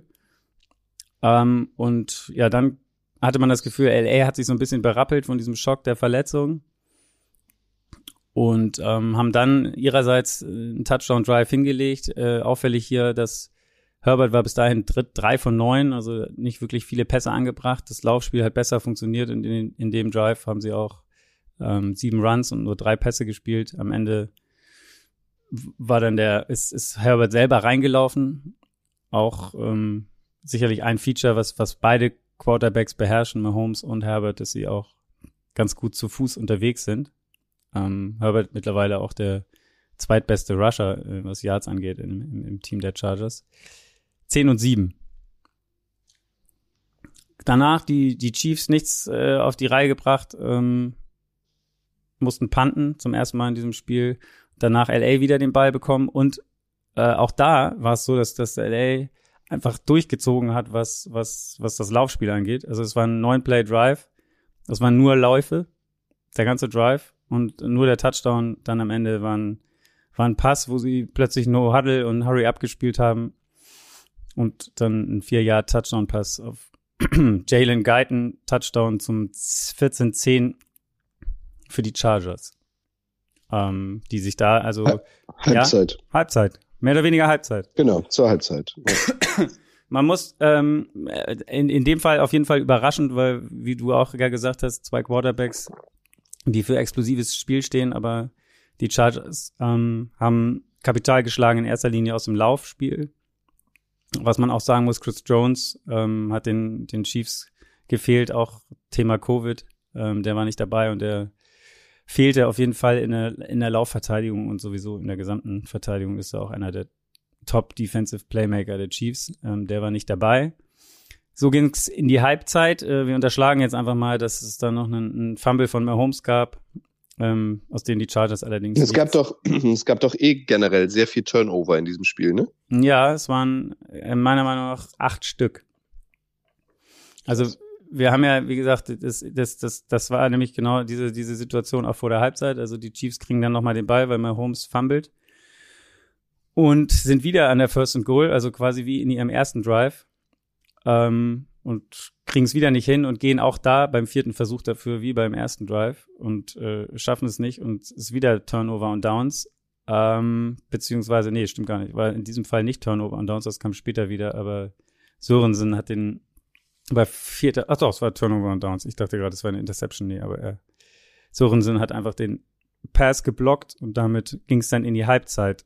Und ja, dann hatte man das Gefühl, LA hat sich so ein bisschen berappelt von diesem Schock der Verletzung und haben dann ihrerseits einen Touchdown-Drive hingelegt. Auffällig hier, dass Herbert war bis dahin 3 von 9, also nicht wirklich viele Pässe angebracht. Das Laufspiel hat besser funktioniert. In dem Drive haben sie auch 7 Runs und nur 3 Pässe gespielt. Am Ende war dann ist Herbert selber reingelaufen. Auch sicherlich ein Feature, was beide Quarterbacks beherrschen, Mahomes und Herbert, dass sie auch ganz gut zu Fuß unterwegs sind. Herbert mittlerweile auch der zweitbeste Rusher, was Yards angeht im Team der Chargers. 10-7. Danach die Chiefs nichts auf die Reihe gebracht, mussten punten zum ersten Mal in diesem Spiel. Danach LA wieder den Ball bekommen und auch da war es so, dass LA einfach durchgezogen hat, was das Laufspiel angeht. Also es war ein 9-Play-Drive, das waren nur Läufe, der ganze Drive und nur der Touchdown dann am Ende war ein Pass, wo sie plötzlich No Huddle und Hurry Up gespielt haben und dann ein 4-Yard-Touchdown-Pass auf Jalen Guyton, Touchdown zum 14-10 für die Chargers. Die sich da, also Halbzeit. Ja, Halbzeit. Mehr oder weniger Halbzeit. Genau, zur Halbzeit. Ja. Man muss in dem Fall auf jeden Fall überraschend, weil, wie du auch ja gesagt hast, 2 Quarterbacks, die für explosives Spiel stehen, aber die Chargers haben Kapital geschlagen in erster Linie aus dem Laufspiel. Was man auch sagen muss, Chris Jones hat den Chiefs gefehlt, auch Thema Covid. Der war nicht dabei und der fehlte auf jeden Fall in der Laufverteidigung und sowieso in der gesamten Verteidigung ist er auch einer der Top-Defensive Playmaker der Chiefs. Der war nicht dabei. So ging es in die Halbzeit. Wir unterschlagen jetzt einfach mal, dass es da noch einen Fumble von Mahomes gab, aus dem die Chargers allerdings Es gab doch generell sehr viel Turnover in diesem Spiel, ne? Ja, es waren meiner Meinung nach 8 Stück. Also wir haben ja, wie gesagt, das war nämlich genau diese Situation auch vor der Halbzeit. Also die Chiefs kriegen dann nochmal den Ball, weil Mahomes fummelt und sind wieder an der First and Goal, also quasi wie in ihrem ersten Drive und kriegen es wieder nicht hin und gehen auch da beim 4. Versuch dafür wie beim ersten Drive und schaffen es nicht und es ist wieder Turnover und Downs. Beziehungsweise, nee, stimmt gar nicht, weil in diesem Fall nicht Turnover und Downs, das kam später wieder, aber Sörensen hat den bei 4. Ach doch, es war Turnover und Downs. Ich dachte gerade, es war eine Interception. Nee, aber Sörensen hat einfach den Pass geblockt und damit ging es dann in die Halbzeit.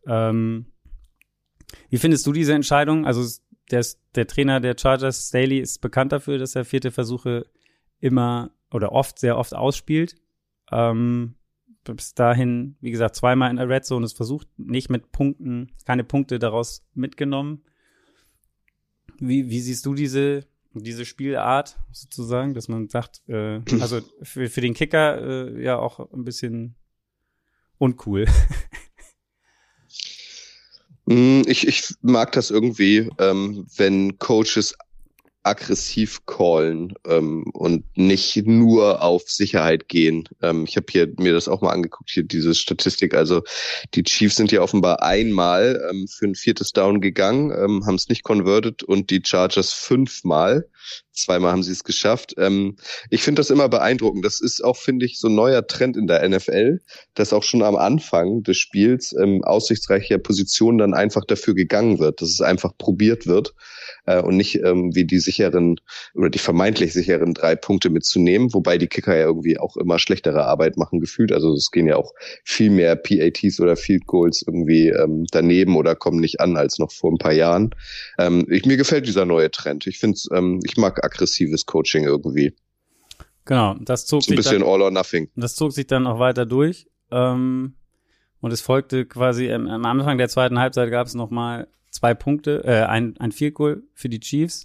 Wie findest du diese Entscheidung? Also der Trainer der Chargers, Staley, ist bekannt dafür, dass er 4. Versuche immer oder sehr oft ausspielt. Bis dahin, wie gesagt, 2-mal in der Red Zone es versucht, nicht mit Punkten, keine Punkte daraus mitgenommen. Wie siehst du diese Spielart sozusagen, dass man sagt, also für den Kicker ja auch ein bisschen uncool. Ich mag das irgendwie, wenn Coaches aggressiv callen und nicht nur auf Sicherheit gehen. Ich habe hier mir das auch mal angeguckt, hier diese Statistik. Also die Chiefs sind ja offenbar einmal für ein 4. Down gegangen, haben es nicht converted und die Chargers 5-mal. 2-mal haben sie es geschafft. Ich finde das immer beeindruckend. Das ist auch, finde ich, so ein neuer Trend in der NFL, dass auch schon am Anfang des Spiels aussichtsreicher Positionen dann einfach dafür gegangen wird, dass es einfach probiert wird und nicht wie die sicheren oder die vermeintlich sicheren 3 Punkte mitzunehmen, wobei die Kicker ja irgendwie auch immer schlechtere Arbeit machen gefühlt. Also es gehen ja auch viel mehr PATs oder Field Goals irgendwie daneben oder kommen nicht an als noch vor ein paar Jahren. Mir gefällt dieser neue Trend. Ich mag aggressives Coaching irgendwie. Genau, das zog so ein bisschen all or nothing. Das zog sich dann auch weiter durch. Und es folgte quasi am Anfang der zweiten Halbzeit gab es nochmal 2 Punkte, ein Field Goal für die Chiefs.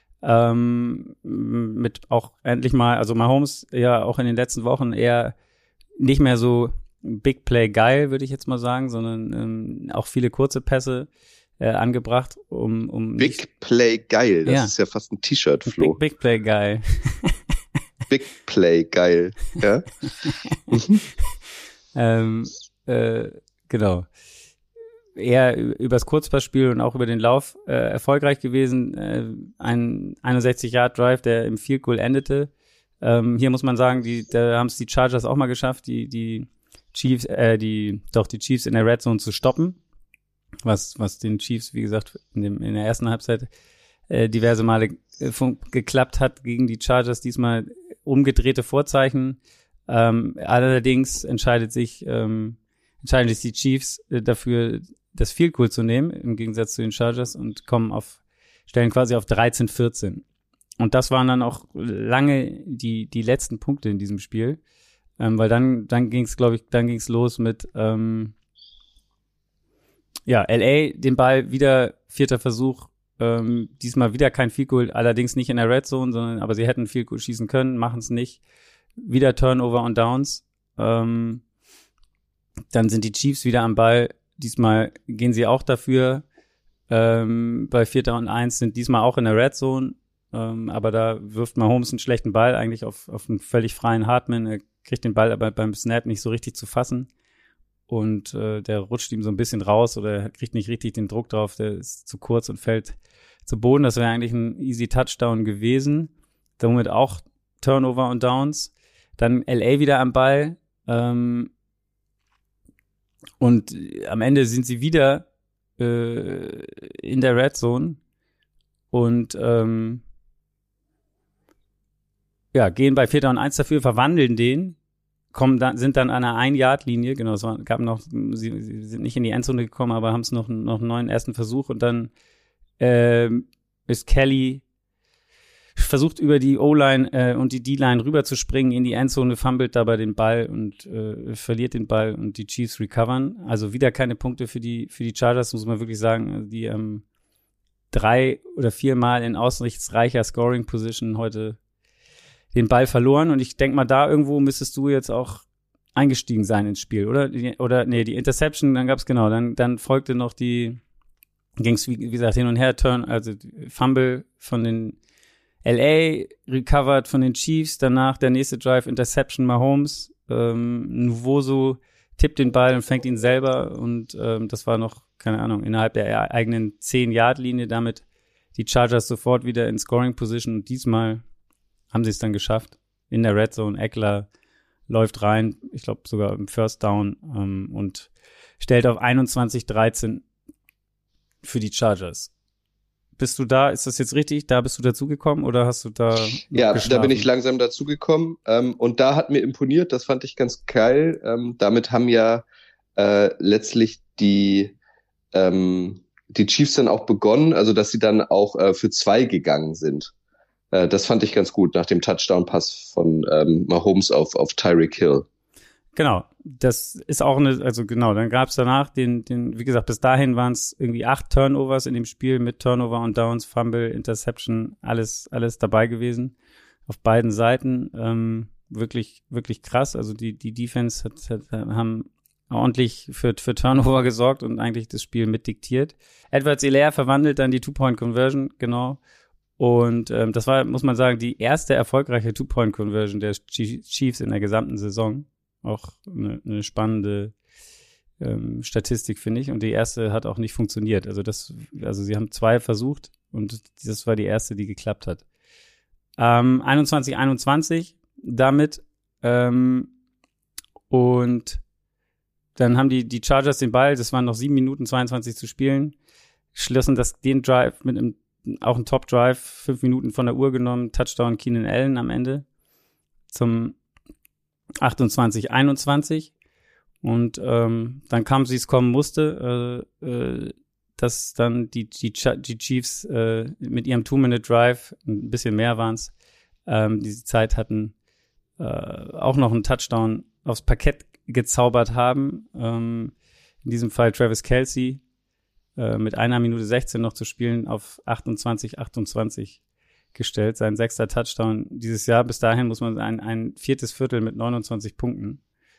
Mit auch endlich mal, also Mahomes ja auch in den letzten Wochen eher nicht mehr so Big Play geil, würde ich jetzt mal sagen, sondern auch viele kurze Pässe angebracht, um Big Play geil, das ist ja fast ein T-Shirt, Flo. Big Play geil. Big Play geil, ja. Genau. Eher übers Kurzpassspiel und auch über den Lauf erfolgreich gewesen. Ein 61-Yard-Drive, der im Field Goal endete. Hier muss man sagen, da haben es die Chargers auch mal geschafft, die Chiefs in der Red Zone zu stoppen. Was den Chiefs, wie gesagt, in der ersten Halbzeit diverse Male geklappt hat gegen die Chargers. Diesmal umgedrehte Vorzeichen. Allerdings entscheiden sich die Chiefs dafür, das Field Goal zu nehmen, im Gegensatz zu den Chargers, und stellen quasi auf 13-14. Und das waren dann auch lange die letzten Punkte in diesem Spiel, weil dann ging's los mit LA, den Ball wieder, 4. Versuch, diesmal wieder kein Field Goal, allerdings nicht in der Red Zone, aber sie hätten Field Goal schießen können, machen es nicht. Wieder Turnover und Downs. Dann sind die Chiefs wieder am Ball. Diesmal gehen sie auch dafür. Bei 4. und 1 sind diesmal auch in der Red Zone. Aber da wirft Mahomes einen schlechten Ball eigentlich auf einen völlig freien Hartman. Er kriegt den Ball aber beim Snap nicht so richtig zu fassen. Und der rutscht ihm so ein bisschen raus oder er kriegt nicht richtig den Druck drauf. Der ist zu kurz und fällt zu Boden. Das wäre eigentlich ein easy Touchdown gewesen. Somit auch Turnover und Downs. Dann LA wieder am Ball. Und am Ende sind sie wieder in der Red Zone und gehen bei 4. und 1 dafür, verwandeln den, sind dann an einer 1-Yard-Linie, genau, sie sind nicht in die Endzone gekommen, aber haben es noch einen neuen ersten Versuch und dann ist Kelly versucht über die O-Line und die D-Line rüber zu springen in die Endzone, fummelt dabei den Ball und verliert den Ball und die Chiefs recovern. Also wieder keine Punkte für die Chargers, muss man wirklich sagen. Die 3 oder 4 Mal in aussichtsreicher Scoring-Position heute den Ball verloren. Und ich denke mal, da irgendwo müsstest du jetzt auch eingestiegen sein ins Spiel, oder? Die Interception, dann folgte noch ging's wie gesagt hin und her, also Fumble von den LA, recovered von den Chiefs, danach der nächste Drive, Interception Mahomes, Nwosu tippt den Ball und fängt ihn selber und das war noch, keine Ahnung, innerhalb der eigenen 10-Yard-Linie, damit die Chargers sofort wieder in Scoring-Position und diesmal haben sie es dann geschafft, in der Red Zone. Eckler läuft rein, ich glaube sogar im First Down und stellt auf 21-13 für die Chargers. Bist du da? Ist das jetzt richtig? Da bist du dazugekommen oder hast du da Ja, geschlafen? Da bin ich langsam dazugekommen und da hat mir imponiert, das fand ich ganz geil. Damit haben ja letztlich die Chiefs dann auch begonnen, also dass sie dann auch für 2 gegangen sind. Das fand ich ganz gut nach dem Touchdown-Pass von Mahomes auf Tyreek Hill. Genau, das ist auch dann gab es danach wie gesagt, bis dahin waren es irgendwie 8 Turnovers in dem Spiel mit Turnover und Downs, Fumble, Interception, alles dabei gewesen. Auf beiden Seiten, wirklich, wirklich krass. Also die Defense haben ordentlich für Turnover gesorgt und eigentlich das Spiel mitdiktiert. Edwards-Helaire verwandelt dann die 2-Point-Conversion, genau. Und das war, muss man sagen, die erste erfolgreiche 2-Point-Conversion der Chiefs in der gesamten Saison. Auch eine spannende Statistik, finde ich. Und die erste hat auch nicht funktioniert. Also sie haben 2 versucht und das war die erste, die geklappt hat. 21-21 damit. Und dann haben die Chargers den Ball, das waren noch 7 Minuten 22 zu spielen, schlossen den Drive mit auch ein Top-Drive, 5 Minuten von der Uhr genommen, Touchdown Keenan Allen am Ende zum 28-21 und dann kam, wie es kommen musste, dass dann die Chiefs mit ihrem 2-Minute-Drive, ein bisschen mehr waren es, diese Zeit hatten, auch noch einen Touchdown aufs Parkett gezaubert haben. In diesem Fall Travis Kelce mit 1 Minute 16 noch zu spielen auf 28-28 gestellt, sein 6. Touchdown dieses Jahr. Bis dahin muss man ein 4. Viertel mit 29 Punkten.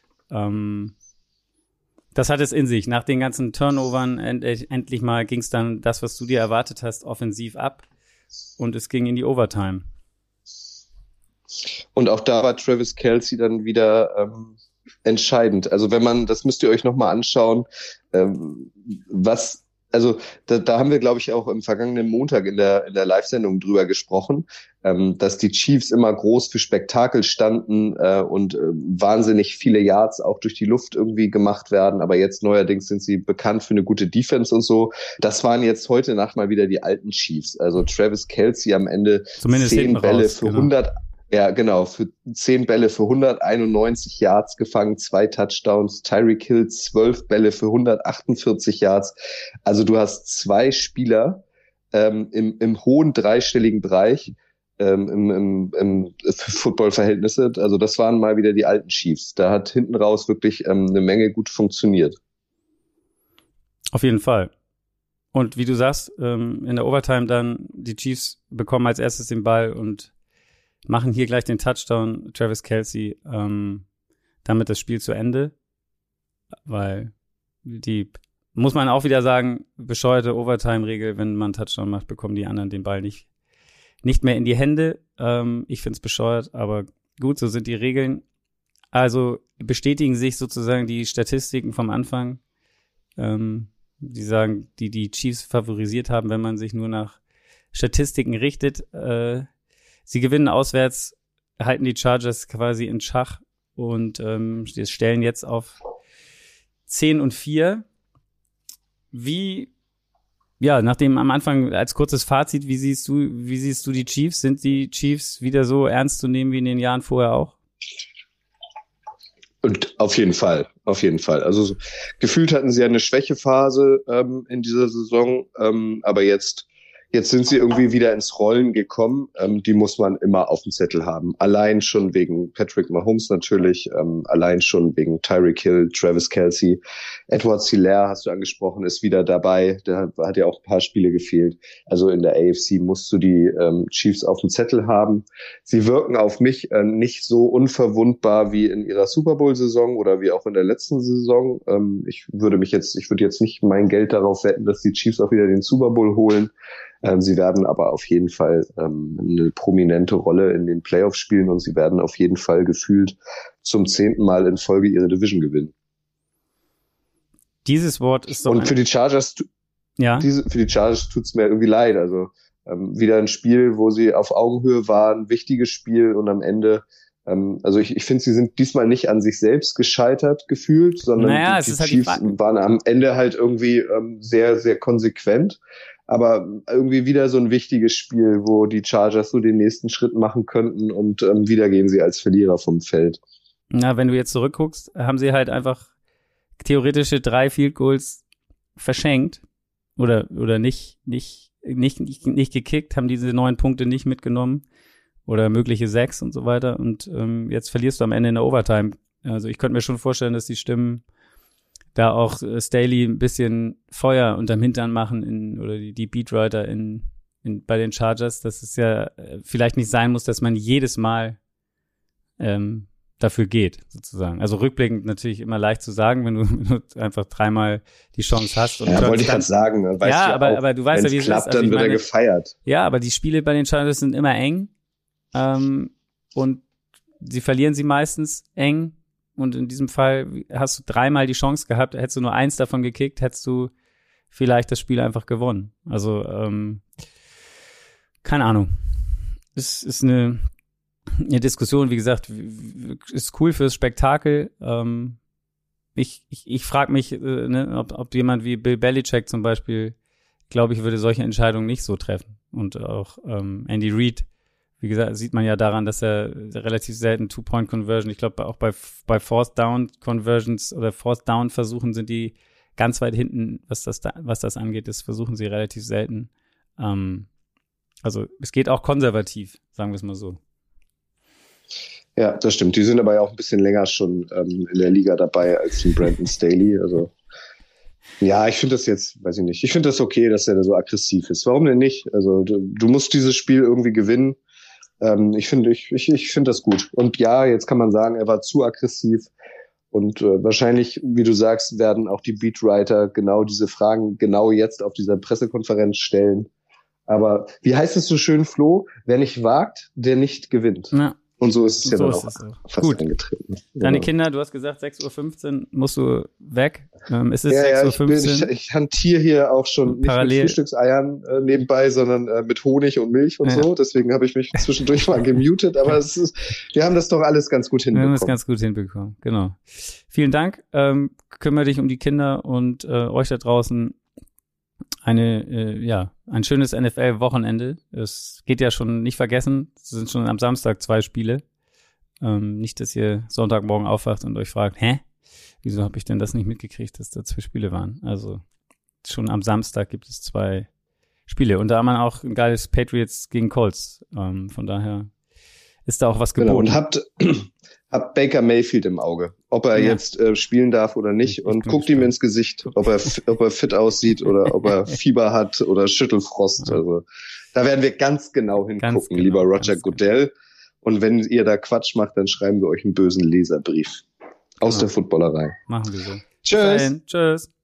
Das hat es in sich. Nach den ganzen Turnovern endlich mal ging es dann das, was du dir erwartet hast, offensiv ab und es ging in die Overtime. Und auch da war Travis Kelce dann wieder entscheidend. Also das müsst ihr euch nochmal anschauen, da haben wir, glaube ich, auch im vergangenen Montag in der Live-Sendung drüber gesprochen, dass die Chiefs immer groß für Spektakel standen und wahnsinnig viele Yards auch durch die Luft irgendwie gemacht werden. Aber jetzt neuerdings sind sie bekannt für eine gute Defense und so. Das waren jetzt heute Nacht mal wieder die alten Chiefs. Also Travis Kelce am Ende zumindest 10 Bälle raus, für genau. 100. Ja, genau, für 10 Bälle für 191 Yards gefangen, 2 Touchdowns, Tyreek Hill 12 Bälle für 148 Yards. Also du hast 2 Spieler im hohen dreistelligen Bereich im Football-Verhältnisse. Also das waren mal wieder die alten Chiefs. Da hat hinten raus wirklich eine Menge gut funktioniert. Auf jeden Fall. Und wie du sagst, in der Overtime dann, die Chiefs bekommen als erstes den Ball und machen hier gleich den Touchdown, Travis Kelce, damit das Spiel zu Ende, weil muss man auch wieder sagen, bescheuerte Overtime-Regel, wenn man einen Touchdown macht, bekommen die anderen den Ball nicht mehr in die Hände. Ich find's bescheuert, aber gut, so sind die Regeln. Also bestätigen sich sozusagen die Statistiken vom Anfang, die sagen, die Chiefs favorisiert haben, wenn man sich nur nach Statistiken richtet. Sie gewinnen auswärts, halten die Chargers quasi in Schach und sie stellen jetzt auf 10-4. Nachdem am Anfang als kurzes Fazit, wie siehst du die Chiefs? Sind die Chiefs wieder so ernst zu nehmen wie in den Jahren vorher auch? Und auf jeden Fall. Also gefühlt hatten sie ja eine Schwächephase in dieser Saison, aber jetzt sind sie irgendwie wieder ins Rollen gekommen. Die muss man immer auf dem Zettel haben. Allein schon wegen Patrick Mahomes natürlich, allein schon wegen Tyreek Hill, Travis Kelce. Edward Helaire, hast du angesprochen, ist wieder dabei. Der hat ja auch ein paar Spiele gefehlt. Also in der AFC musst du die Chiefs auf dem Zettel haben. Sie wirken auf mich nicht so unverwundbar wie in ihrer Super Bowl-Saison oder wie auch in der letzten Saison. Ich würde jetzt nicht mein Geld darauf wetten, dass die Chiefs auch wieder den Super Bowl holen. Sie werden aber auf jeden Fall eine prominente Rolle in den Playoffs spielen und sie werden auf jeden Fall gefühlt zum 10. Mal in Folge ihre Division gewinnen. Dieses Wort ist doch. Und für die Chargers, für die Chargers tut's mir irgendwie leid. Also wieder ein Spiel, wo sie auf Augenhöhe waren, wichtiges Spiel und am Ende. Also ich finde, sie sind diesmal nicht an sich selbst gescheitert gefühlt, sondern die Chiefs waren am Ende halt irgendwie sehr, sehr konsequent. Aber irgendwie wieder so ein wichtiges Spiel, wo die Chargers so den nächsten Schritt machen könnten und wieder gehen sie als Verlierer vom Feld. Na, wenn du jetzt zurückguckst, haben sie halt einfach theoretische 3 Field Goals verschenkt oder nicht gekickt, haben diese 9 Punkte nicht mitgenommen oder mögliche 6 und so weiter. Und jetzt verlierst du am Ende in der Overtime. Also ich könnte mir schon vorstellen, dass die Stimmen da auch Staley ein bisschen Feuer unterm Hintern machen oder die Beatwriter bei den Chargers, dass es ja vielleicht nicht sein muss, dass man jedes Mal dafür geht, sozusagen. Also rückblickend natürlich immer leicht zu sagen, wenn du einfach 3-mal die Chance hast. Und ja, wollte ich gerade sagen. Aber du weißt ja, wie es klappt, ist. Also dann wird er gefeiert. Ja, aber die Spiele bei den Chargers sind immer eng und sie verlieren sie meistens eng. Und in diesem Fall hast du 3-mal die Chance gehabt, hättest du nur 1 davon gekickt, hättest du vielleicht das Spiel einfach gewonnen. Also, keine Ahnung. Es ist eine Diskussion, wie gesagt, ist cool fürs Spektakel. Ich frage mich, ob jemand wie Bill Belichick zum Beispiel, glaube ich, würde solche Entscheidungen nicht so treffen. Und auch Andy Reid, wie gesagt, sieht man ja daran, dass er relativ selten Two-Point-Conversion, ich glaube auch bei Fourth-Down-Conversions oder Fourth-Down-Versuchen sind die ganz weit hinten, was das angeht, das versuchen sie relativ selten. Also es geht auch konservativ, sagen wir es mal so. Ja, das stimmt. Die sind aber ja auch ein bisschen länger schon in der Liga dabei als Brandon Staley. Also ja, ich finde das jetzt, weiß ich nicht. Ich finde das okay, dass er da so aggressiv ist. Warum denn nicht? Also du musst dieses Spiel irgendwie gewinnen. Ich finde das gut. Und ja, jetzt kann man sagen, er war zu aggressiv. Und wahrscheinlich, wie du sagst, werden auch die Beatwriter genau diese Fragen genau jetzt auf dieser Pressekonferenz stellen. Aber wie heißt es so schön, Flo? Wer nicht wagt, der nicht gewinnt. Ja. Und so ist es ja So dann ist auch es auch. fast Gut. eingetreten. Deine Genau. Kinder, du hast gesagt, 6:15 Uhr musst du weg. Es ist Ja, 6:15 Uhr. ich hantiere hier auch schon nicht Parallel. mit Frühstückseiern nebenbei, sondern mit Honig und Milch und Ja. so. Deswegen habe ich mich zwischendurch mal gemutet, aber wir haben das doch alles ganz gut Wir haben das hinbekommen. ganz gut hinbekommen, genau. Vielen Dank. Kümmere dich um die Kinder und euch da draußen ein schönes NFL-Wochenende. Es geht ja schon nicht vergessen. Es sind schon am Samstag 2 Spiele. Nicht, dass ihr Sonntagmorgen aufwacht und euch fragt, wieso habe ich denn das nicht mitgekriegt, dass da 2 Spiele waren? Also schon am Samstag gibt es 2 Spiele. Unter anderem auch ein geiles Patriots gegen Colts. Von daher ist da auch was Genau, geboten. und habt Baker Mayfield im Auge, ob er jetzt spielen darf oder nicht, Ich und bin guckt ihm gespannt. ins Gesicht, ob er fit aussieht oder ob er Fieber hat oder Schüttelfrost. Ja. Also da werden wir ganz genau hingucken, Ganz genau, lieber Roger ganz genau. Goodell. Und wenn ihr da Quatsch macht, dann schreiben wir euch einen bösen Leserbrief aus Genau. der Footballerei. Machen wir so. Tschüss. Bis dahin. Tschüss.